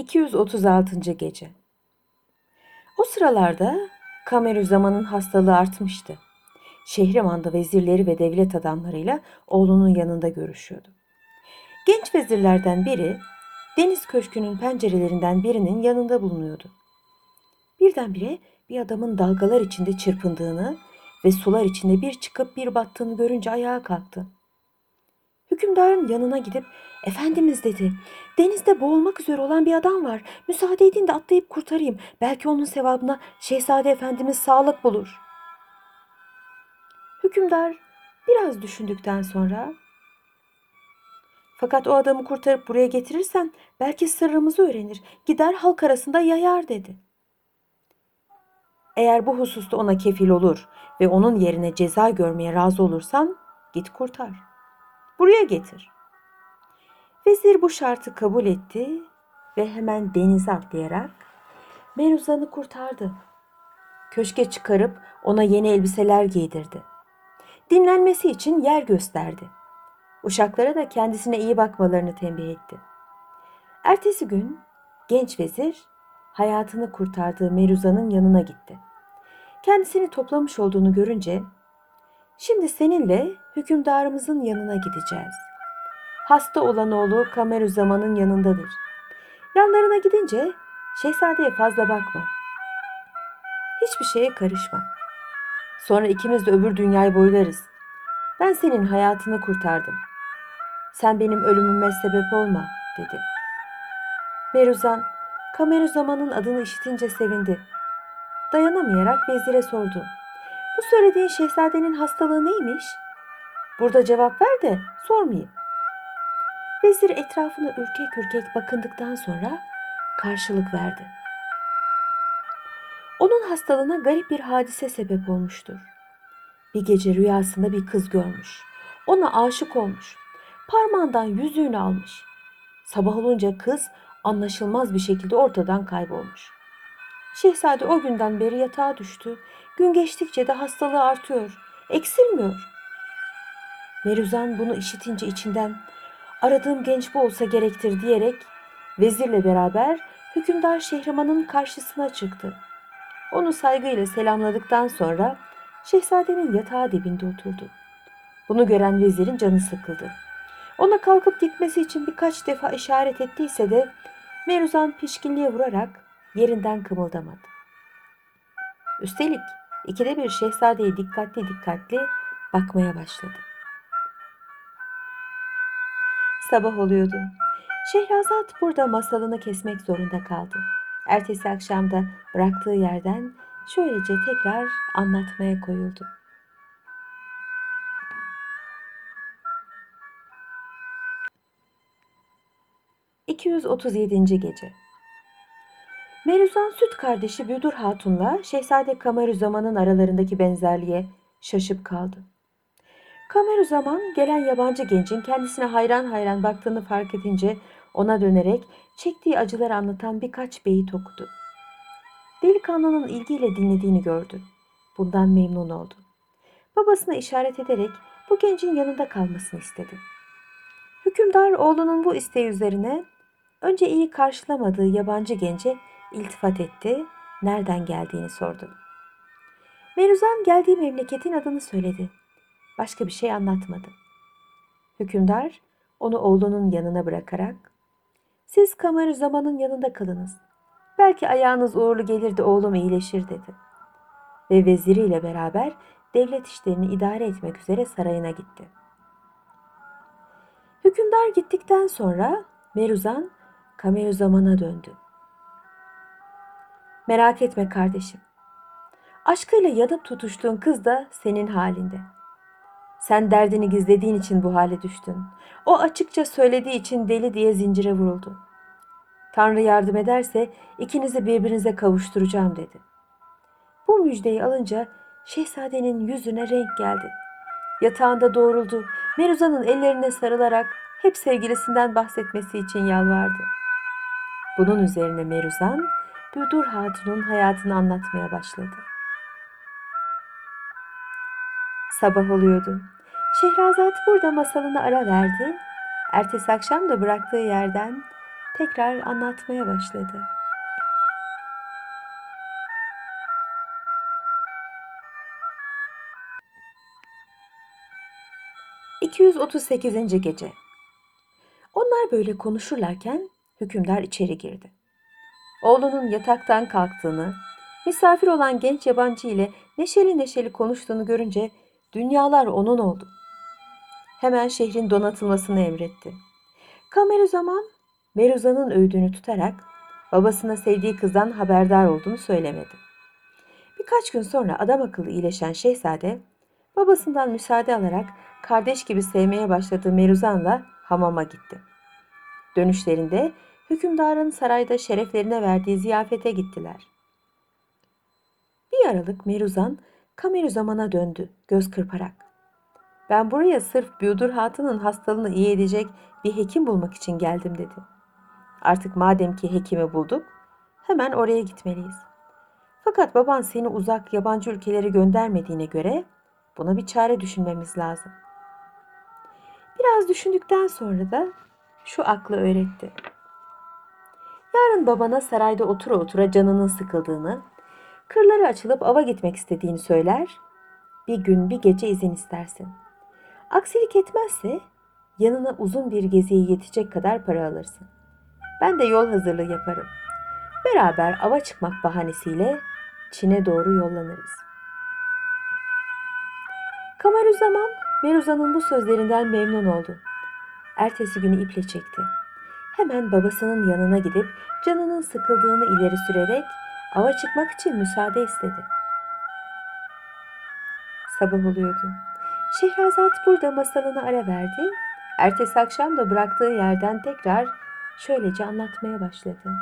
236. Gece. O sıralarda Kamerüzaman'ın hastalığı artmıştı. Şehriman'da vezirleri ve devlet adamlarıyla oğlunun yanında görüşüyordu. Genç vezirlerden biri deniz köşkünün pencerelerinden birinin yanında bulunuyordu. Birdenbire bir adamın dalgalar içinde çırpındığını ve sular içinde bir çıkıp bir battığını görünce ayağa kalktı. Hükümdarın yanına gidip "Efendimiz," dedi, "denizde boğulmak üzere olan bir adam var. Müsaade edin de atlayıp kurtarayım. Belki onun sevabına Şehzade Efendimiz sağlık bulur." Hükümdar biraz düşündükten sonra "Fakat o adamı kurtarıp buraya getirirsen belki sırrımızı öğrenir, gider halk arasında yayar," dedi. "Eğer bu hususta ona kefil olur ve onun yerine ceza görmeye razı olursan git kurtar. Buraya getir." Vezir bu şartı kabul etti ve hemen denize atlayarak Meruzan'ı kurtardı. Köşke çıkarıp ona yeni elbiseler giydirdi. Dinlenmesi için yer gösterdi. Uşaklara da kendisine iyi bakmalarını tembih etti. Ertesi gün genç vezir hayatını kurtardığı Meruzan'ın yanına gitti. Kendisini toplamış olduğunu görünce "Şimdi seninle hükümdarımızın yanına gideceğiz. Hasta olan oğlu Kamerüzaman'ın yanındadır. Yanlarına gidince şehzadeye fazla bakma. Hiçbir şeye karışma. Sonra ikimiz de öbür dünyayı boylarız. Ben senin hayatını kurtardım. Sen benim ölümüme sebep olma," dedi. Meruzan, Kamerüzaman'ın adını işitince sevindi. Dayanamayarak vezire sordu. "Bu söylediğin şehzadenin hastalığı neymiş? Burada cevap ver de sormayayım." Vezir etrafına ürkek ürkek bakındıktan sonra karşılık verdi. Onun hastalığına garip bir hadise sebep olmuştur. Bir gece rüyasında bir kız görmüş. Ona aşık olmuş. Parmağından yüzüğünü almış. Sabah olunca kız anlaşılmaz bir şekilde ortadan kaybolmuş. Şehzade o günden beri yatağa düştü. Gün geçtikçe de hastalığı artıyor. Eksilmiyor. Meruzan bunu işitince içinden "Aradığım genç bu olsa gerektir," diyerek vezirle beraber hükümdar Şehriman'ın karşısına çıktı. Onu saygıyla selamladıktan sonra şehzadenin yatağı dibinde oturdu. Bunu gören vezirin canı sıkıldı. Ona kalkıp gitmesi için birkaç defa işaret ettiyse de Meruzan pişkinliğe vurarak yerinden kımıldamadı. Üstelik ikide bir şehzadeye dikkatli dikkatli bakmaya başladı. Sabah oluyordu. Şehrazat burada masalını kesmek zorunda kaldı. Ertesi akşam da bıraktığı yerden şöylece tekrar anlatmaya koyuldu. 237. Gece. Meruzan süt kardeşi Büdür Hatun'la Şehzade Kamerüzaman'ın aralarındaki benzerliğe şaşıp kaldı. Kamerüzaman gelen yabancı gencin kendisine hayran hayran baktığını fark edince ona dönerek çektiği acıları anlatan birkaç beyit okudu. Delikanlının ilgiyle dinlediğini gördü. Bundan memnun oldu. Babasına işaret ederek bu gencin yanında kalmasını istedi. Hükümdar oğlunun bu isteği üzerine önce iyi karşılamadığı yabancı gence iltifat etti, nereden geldiğini sordu. Meruzan geldiği memleketin adını söyledi. Başka bir şey anlatmadı. Hükümdar onu oğlunun yanına bırakarak "Siz Kamerüzaman'ın yanında kalınız. Belki ayağınız uğurlu gelir de oğlum iyileşir," dedi. Ve veziriyle beraber devlet işlerini idare etmek üzere sarayına gitti. Hükümdar gittikten sonra Meruzan Kamerüzaman'a döndü. "Merak etme kardeşim. Aşkıyla yanıp tutuştuğun kız da senin halinde. Sen derdini gizlediğin için bu hale düştün. O açıkça söylediği için deli diye zincire vuruldu. Tanrı yardım ederse ikinizi birbirinize kavuşturacağım," dedi. Bu müjdeyi alınca şehzadenin yüzüne renk geldi. Yatağında doğruldu. Meruzan'ın ellerine sarılarak hep sevgilisinden bahsetmesi için yalvardı. Bunun üzerine Meruzan, Büdür Hatun'un hayatını anlatmaya başladı. Sabah oluyordu. Şehrazat burada masalına ara verdi. Ertesi akşam da bıraktığı yerden tekrar anlatmaya başladı. "238. Gece. Onlar böyle konuşurlarken hükümdar içeri girdi. Oğlunun yataktan kalktığını, misafir olan genç yabancı ile neşeli neşeli konuştuğunu görünce dünyalar onun oldu. Hemen şehrin donatılmasını emretti. Kameruzaman, Meruza'nın öğüdünü tutarak babasına sevdiği kızdan haberdar olduğunu söylemedi. Birkaç gün sonra adam akıllı iyileşen şehzade, babasından müsaade alarak kardeş gibi sevmeye başladığı Meruzan'la hamama gitti. Dönüşlerinde hükümdarın sarayda şereflerine verdiği ziyafete gittiler. Bir aralık Meruzan Kameruzaman'a döndü göz kırparak. "Ben buraya sırf Büyüdür Hatun'un hastalığını iyi edecek bir hekim bulmak için geldim," dedi. "Artık madem ki hekimi bulduk, hemen oraya gitmeliyiz. Fakat baban seni uzak yabancı ülkelere göndermediğine göre buna bir çare düşünmemiz lazım." Biraz düşündükten sonra da şu aklı öğretti. "Yarın babana sarayda otura otura canının sıkıldığını, kırları açılıp ava gitmek istediğini söyler, bir gün bir gece izin istersin. Aksilik etmezse yanına uzun bir geziye yetecek kadar para alırsın. Ben de yol hazırlığı yaparım. Beraber ava çıkmak bahanesiyle Çin'e doğru yollanırız." Kamarüzaman, Meruza'nın bu sözlerinden memnun oldu. Ertesi günü iple çekti. Hemen babasının yanına gidip canının sıkıldığını ileri sürerek ava çıkmak için müsaade istedi. Sabah oluyordu. Şehrazat burada masalını ara verdi. Ertesi akşam da bıraktığı yerden tekrar şöylece anlatmaya başladı.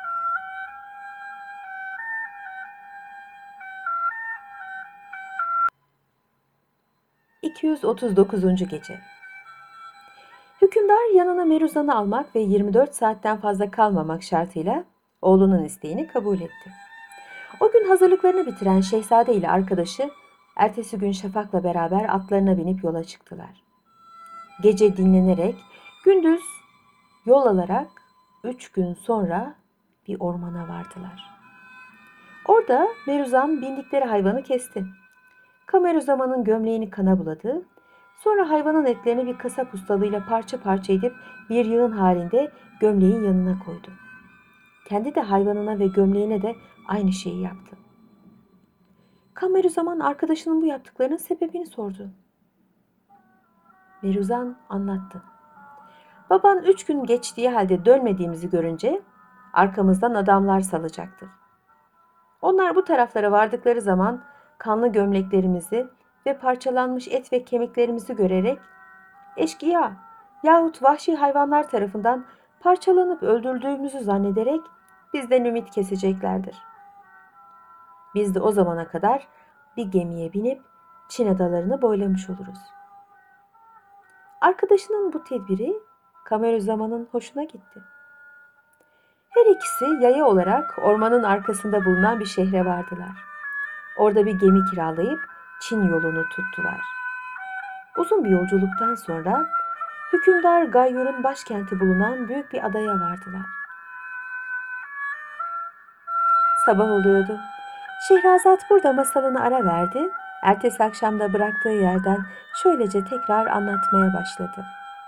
239. Gece. Hükümdar yanına Meruzan'ı almak ve 24 saatten fazla kalmamak şartıyla oğlunun isteğini kabul etti. O gün hazırlıklarını bitiren şehzade ile arkadaşı ertesi gün şafakla beraber atlarına binip yola çıktılar. Gece dinlenerek, gündüz yol alarak 3 gün sonra bir ormana vardılar. Orada Meruzan bindikleri hayvanı kesti. Kameruzaman'ın gömleğini kana buladı. Sonra hayvanın etlerini bir kasap ustalığıyla parça parça edip bir yığın halinde gömleğin yanına koydu. Kendi de hayvanına ve gömleğine de aynı şeyi yaptı. Kameruzaman arkadaşının bu yaptıklarının sebebini sordu. Meruzan anlattı. "Baban 3 gün geçtiği halde dönmediğimizi görünce arkamızdan adamlar salacaktır. Onlar bu taraflara vardıkları zaman kanlı gömleklerimizi ve parçalanmış et ve kemiklerimizi görerek eşkıya yahut vahşi hayvanlar tarafından parçalanıp öldürüldüğümüzü zannederek bizden ümit keseceklerdir. Biz de o zamana kadar bir gemiye binip Çin adalarını boylamış oluruz." Arkadaşının bu tedbiri Kameruzaman'ın hoşuna gitti. Her ikisi yaya olarak ormanın arkasında bulunan bir şehre vardılar. Orada bir gemi kiralayıp Çin yolunu tuttular. Uzun bir yolculuktan sonra hükümdar Gayyur'un başkenti bulunan büyük bir adaya vardılar. Sabah oluyordu. Şehrazat burada masalını ara verdi. Ertesi akşamda bıraktığı yerden şöylece tekrar anlatmaya başladı.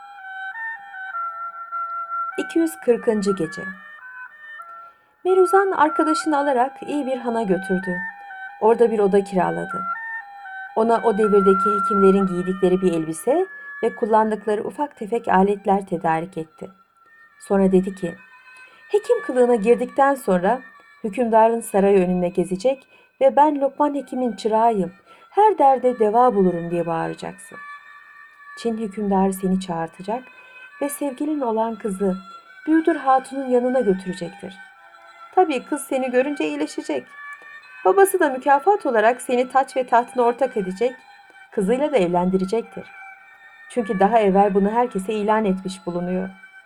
240. Gece. Meruzan arkadaşını alarak iyi bir hana götürdü. Orada bir oda kiraladı. Ona o devirdeki hekimlerin giydikleri bir elbise ve kullandıkları ufak tefek aletler tedarik etti. Sonra dedi ki, "Hekim kılığına girdikten sonra hükümdarın sarayı önünde gezecek ve ben Lokman Hekim'in çırağıyım, her derde deva bulurum diye bağıracaksın. Çin hükümdarı seni çağırtacak ve sevgilin olan kızı Büyüdür Hatun'un yanına götürecektir. Tabii kız seni görünce iyileşecek. Babası da mükafat olarak seni taç ve tahtına ortak edecek, kızıyla da evlendirecektir. Çünkü daha evvel bunu herkese ilan etmiş bulunuyor."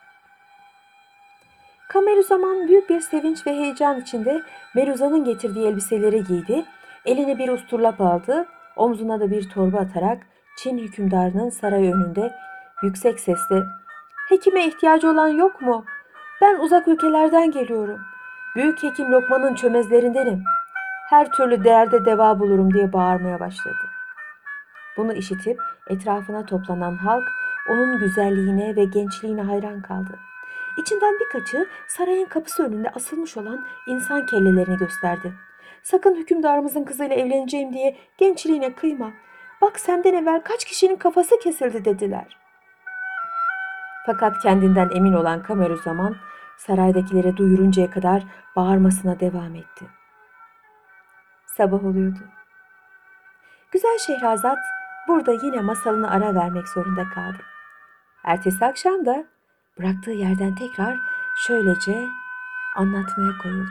Kameruzaman büyük bir sevinç ve heyecan içinde Meruzan'ın getirdiği elbiseleri giydi, eline bir usturlap aldı, omzuna da bir torba atarak Çin hükümdarının sarayı önünde yüksek sesle "Hekime ihtiyacı olan yok mu? Ben uzak ülkelerden geliyorum. Büyük hekim Lokman'ın çömezlerindenim. Her türlü derde deva bulurum diye bağırmaya başladı. Bunu işitip etrafına toplanan halk onun güzelliğine ve gençliğine hayran kaldı. İçinden birkaçı sarayın kapısı önünde asılmış olan insan kellelerini gösterdi. Sakın hükümdarımızın kızıyla evleneceğim diye gençliğine kıyma. Bak senden evvel kaç kişinin kafası kesildi dediler. Fakat kendinden emin olan Kamerüzaman saraydakilere duyuruncaya kadar bağırmasına devam etti. Sabah oluyordu. Güzel Şehrazat burada yine masalına ara vermek zorunda kaldı. Ertesi akşam da bıraktığı yerden tekrar şöylece anlatmaya koyuldu.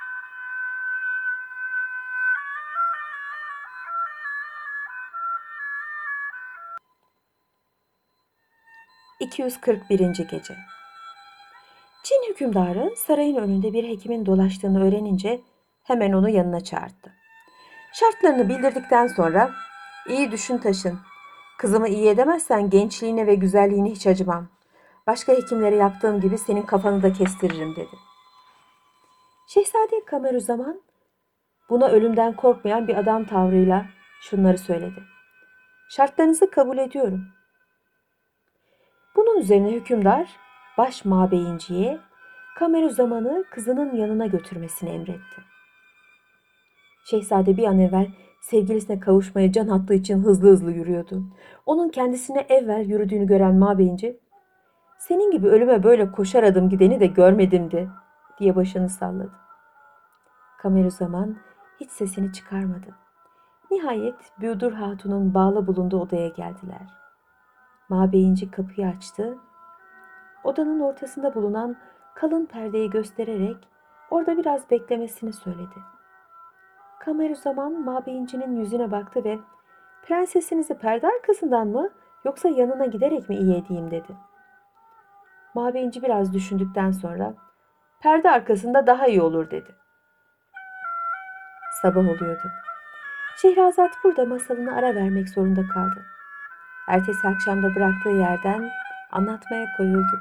241. Gece. Çin hükümdarı sarayın önünde bir hekimin dolaştığını öğrenince hemen onu yanına çağırdı. Şartlarını bildirdikten sonra iyi düşün taşın. Kızımı iyi edemezsen gençliğine ve güzelliğine hiç acımam. Başka hekimlere yaptığım gibi senin kafanı da kestiririm dedi. Şehzade Kamerüzaman buna ölümden korkmayan bir adam tavrıyla şunları söyledi. Şartlarınızı kabul ediyorum. Bunun üzerine hükümdar baş mabeyinciye Kamerüzaman'ı kızının yanına götürmesini emretti. Şehzade bir an evvel sevgilisine kavuşmaya can attığı için hızlı hızlı yürüyordu. Onun kendisine evvel yürüdüğünü gören mabeyinci, "Senin gibi ölüme böyle koşar adım gideni de görmedimdi," diye başını salladı. Kamerüzaman hiç sesini çıkarmadı. Nihayet Büyüdür Hatun'un bağlı bulunduğu odaya geldiler. Mabeyinci kapıyı açtı. Odanın ortasında bulunan kalın perdeyi göstererek orada biraz beklemesini söyledi. Kamerüzaman mabeyincinin yüzüne baktı ve "Prensesinizi perde arkasından mı yoksa yanına giderek mi iyi edeyim?" dedi. Mabeyinci biraz düşündükten sonra "Perde arkasında daha iyi olur," dedi. Sabah oluyordu. Şehrazat burada masalına ara vermek zorunda kaldı. Ertesi akşamda bıraktığı yerden anlatmaya koyuldu.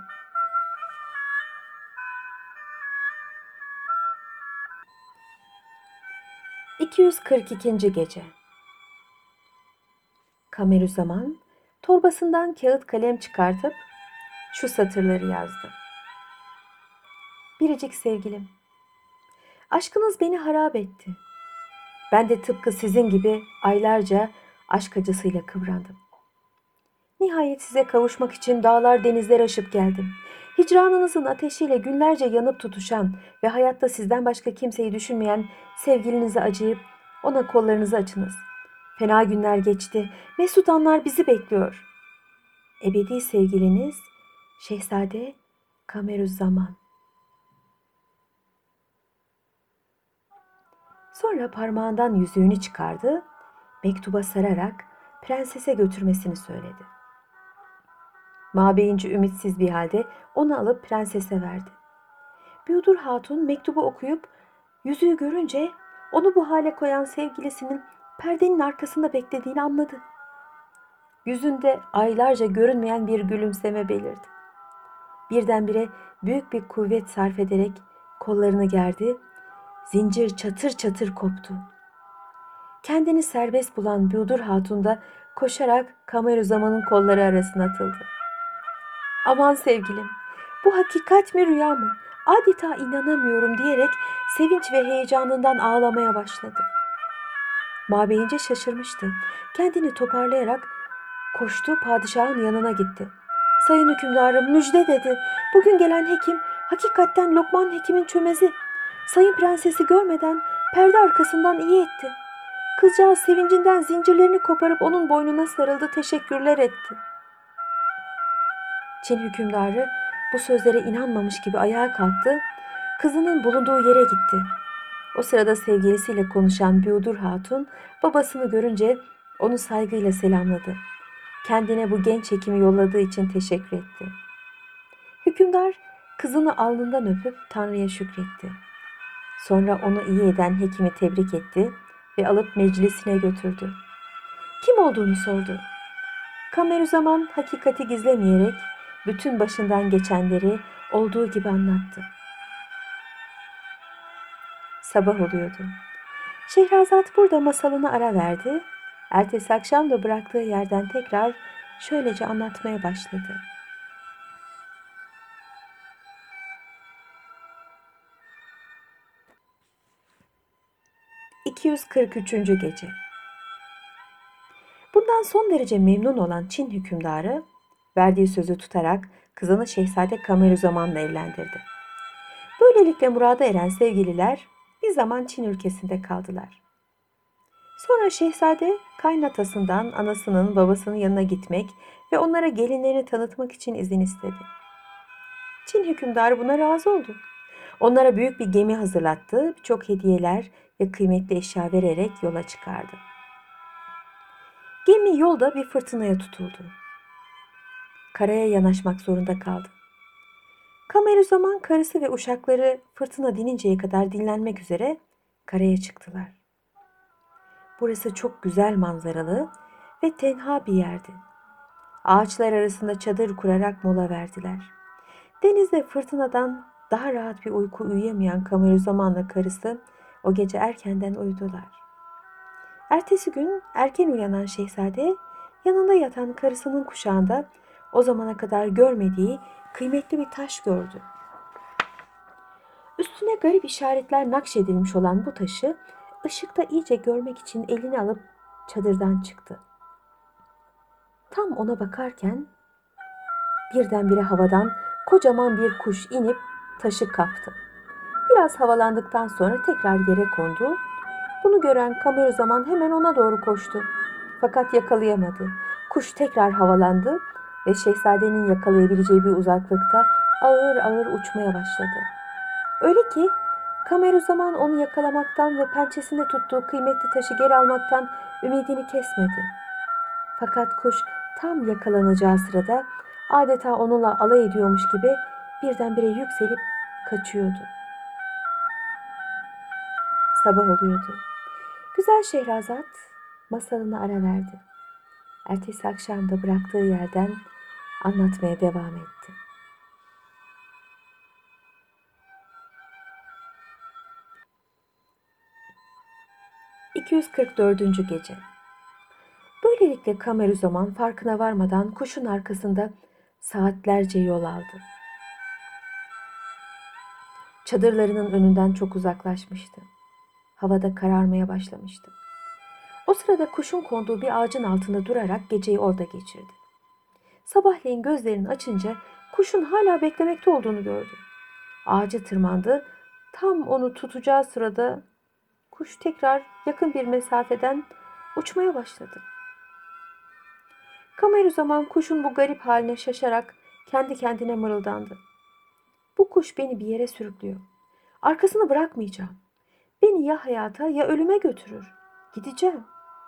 242. Gece. Kamerüzaman torbasından kağıt kalem çıkartıp şu satırları yazdı. Biricik sevgilim, aşkınız beni harap etti. Ben de tıpkı sizin gibi aylarca aşk acısıyla kıvrandım. Nihayet size kavuşmak için dağlar denizler aşıp geldim. Hicranınızın ateşiyle günlerce yanıp tutuşan ve hayatta sizden başka kimseyi düşünmeyen sevgilinize acıyıp ona kollarınızı açınız. Fena günler geçti. Mesut anlar bizi bekliyor. Ebedi sevgiliniz Şehzade Kamerüzzaman. Sonra parmağından yüzüğünü çıkardı, mektuba sararak prensese götürmesini söyledi. Mabeyinci ümitsiz bir halde onu alıp prensese verdi. Büyüdür Hatun mektubu okuyup yüzüğü görünce onu bu hale koyan sevgilisinin perdenin arkasında beklediğini anladı. Yüzünde aylarca görünmeyen bir gülümseme belirdi. Birdenbire büyük bir kuvvet sarf ederek kollarını gerdi, zincir çatır çatır koptu. Kendini serbest bulan Büyüdür Hatun da koşarak Kamerüzaman'ın kolları arasına atıldı. "Aman sevgilim, bu hakikat mi rüya mı? Adeta inanamıyorum," diyerek sevinç ve heyecanından ağlamaya başladı. Mabeyince şaşırmıştı. Kendini toparlayarak koştu, padişahın yanına gitti. "Sayın hükümdarım, müjde," dedi. "Bugün gelen hekim hakikatten Lokman hekimin çömezi. Sayın prensesi görmeden perde arkasından iyi etti. Kızcağız sevincinden zincirlerini koparıp onun boynuna sarıldı, teşekkürler etti." Çin hükümdarı bu sözlere inanmamış gibi ayağa kalktı, kızının bulunduğu yere gitti. O sırada sevgilisiyle konuşan Büyüdür Hatun babasını görünce onu saygıyla selamladı. Kendine bu genç hekimi yolladığı için teşekkür etti. Hükümdar kızını alnından öpüp Tanrı'ya şükretti. Sonra onu iyi eden hekimi tebrik etti ve alıp meclisine götürdü. Kim olduğunu sordu. Kamerüzaman hakikati gizlemeyerek bütün başından geçenleri olduğu gibi anlattı. Sabah oluyordu. Şehrazat burada masalını ara verdi. Ertesi akşam da bıraktığı yerden tekrar şöylece anlatmaya başladı. 243. Gece. Bundan son derece memnun olan Çin hükümdarı verdiği sözü tutarak kızını Şehzade Kamerüzaman'la evlendirdi. Böylelikle murada eren sevgililer bir zaman Çin ülkesinde kaldılar. Sonra şehzade kaynatasından anasının babasının yanına gitmek ve onlara gelinlerini tanıtmak için izin istedi. Çin hükümdarı buna razı oldu. Onlara büyük bir gemi hazırlattı, birçok hediyeler ve kıymetli eşya vererek yola çıkardı. Gemi yolda bir fırtınaya tutuldu. Karaya yanaşmak zorunda kaldı. Kamerüzaman karısı ve uşakları fırtına dininceye kadar dinlenmek üzere karaya çıktılar. Burası çok güzel manzaralı ve tenha bir yerdi. Ağaçlar arasında çadır kurarak mola verdiler. Denizde fırtınadan daha rahat bir uyku uyuyamayan Kamerüzaman'la karısı o gece erkenden uyudular. Ertesi gün erken uyanan şehzade yanında yatan karısının kuşağında o zamana kadar görmediği kıymetli bir taş gördü. Üstüne garip işaretler nakşedilmiş olan bu taşı ışıkta iyice görmek için elini alıp çadırdan çıktı. Tam ona bakarken birdenbire havadan kocaman bir kuş inip taşı kaptı. Biraz havalandıktan sonra tekrar yere kondu. Bunu gören Kamerüzaman hemen ona doğru koştu. Fakat yakalayamadı. Kuş tekrar havalandı ve şehzadenin yakalayabileceği bir uzaklıkta ağır ağır uçmaya başladı. Öyle ki Kamerüzaman onu yakalamaktan ve pençesinde tuttuğu kıymetli taşı geri almaktan ümidini kesmedi. Fakat kuş tam yakalanacağı sırada adeta onunla alay ediyormuş gibi birdenbire yükselip kaçıyordu. Sabah oluyordu. Güzel Şehrazat masalına ara verdi. Ertesi akşam da bıraktığı yerden anlatmaya devam etti. 244. Gece. Böylelikle Kamerüzaman farkına varmadan kuşun arkasında saatlerce yol aldı. Çadırlarının önünden çok uzaklaşmıştı. Havada kararmaya başlamıştı. O sırada kuşun konduğu bir ağacın altında durarak geceyi orada geçirdi. Sabahleyin gözlerini açınca kuşun hala beklemekte olduğunu gördü. Ağaca tırmandı. Tam onu tutacağı sırada kuş tekrar yakın bir mesafeden uçmaya başladı. Kamerüzaman kuşun bu garip haline şaşarak kendi kendine mırıldandı. Bu kuş beni bir yere sürüklüyor. Arkasını bırakmayacağım. Beni ya hayata ya ölüme götürür. Gideceğim.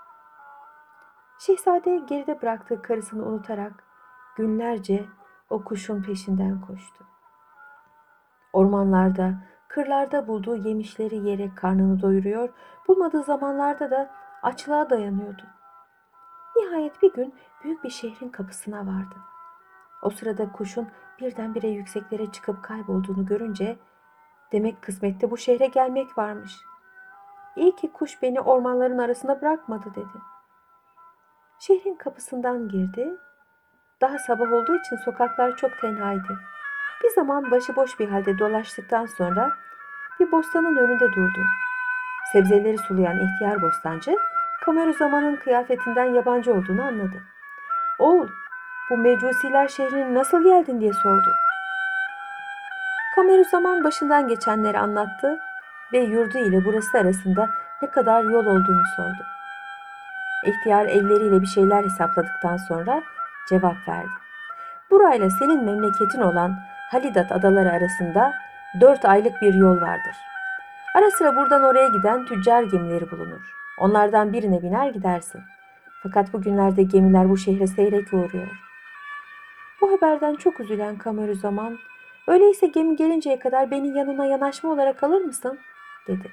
Şehzade geride bıraktığı karısını unutarak günlerce o kuşun peşinden koştu. Ormanlarda, kırlarda bulduğu yemişleri yiyerek karnını doyuruyor, bulmadığı zamanlarda da açlığa dayanıyordu. Nihayet bir gün büyük bir şehrin kapısına vardı. O sırada kuşun birdenbire yükseklere çıkıp kaybolduğunu görünce demek kısmette bu şehre gelmek varmış. İyi ki kuş beni ormanların arasında bırakmadı dedi. Şehrin kapısından girdi. Daha sabah olduğu için sokaklar çok tenhaydı. Bir zaman başıboş bir halde dolaştıktan sonra bir bostanın önünde durdu. Sebzeleri sulayan ihtiyar bostancı, Kamerüzaman'ın kıyafetinden yabancı olduğunu anladı. "Oğul, bu mecusiler şehrine nasıl geldin?" diye sordu. Kamerüzaman başından geçenleri anlattı ve yurdu ile burası arasında ne kadar yol olduğunu sordu. İhtiyar elleriyle bir şeyler hesapladıktan sonra cevap verdi. "Burayla senin memleketin olan Halidat adaları arasında 4 aylık bir yol vardır. Ara sıra buradan oraya giden tüccar gemileri bulunur. Onlardan birine biner gidersin. Fakat bugünlerde gemiler bu şehre seyrek uğruyor." Bu haberden çok üzülen Kamerüzaman, "Öyleyse gemi gelinceye kadar beni yanına yanaşma olarak alır mısın?" dedi.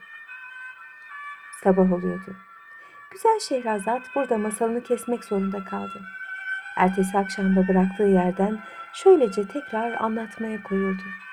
Sabah oluyordu. Güzel Şehrazat burada masalını kesmek zorunda kaldı. Ertesi akşamda bıraktığı yerden şöylece tekrar anlatmaya koyuldu.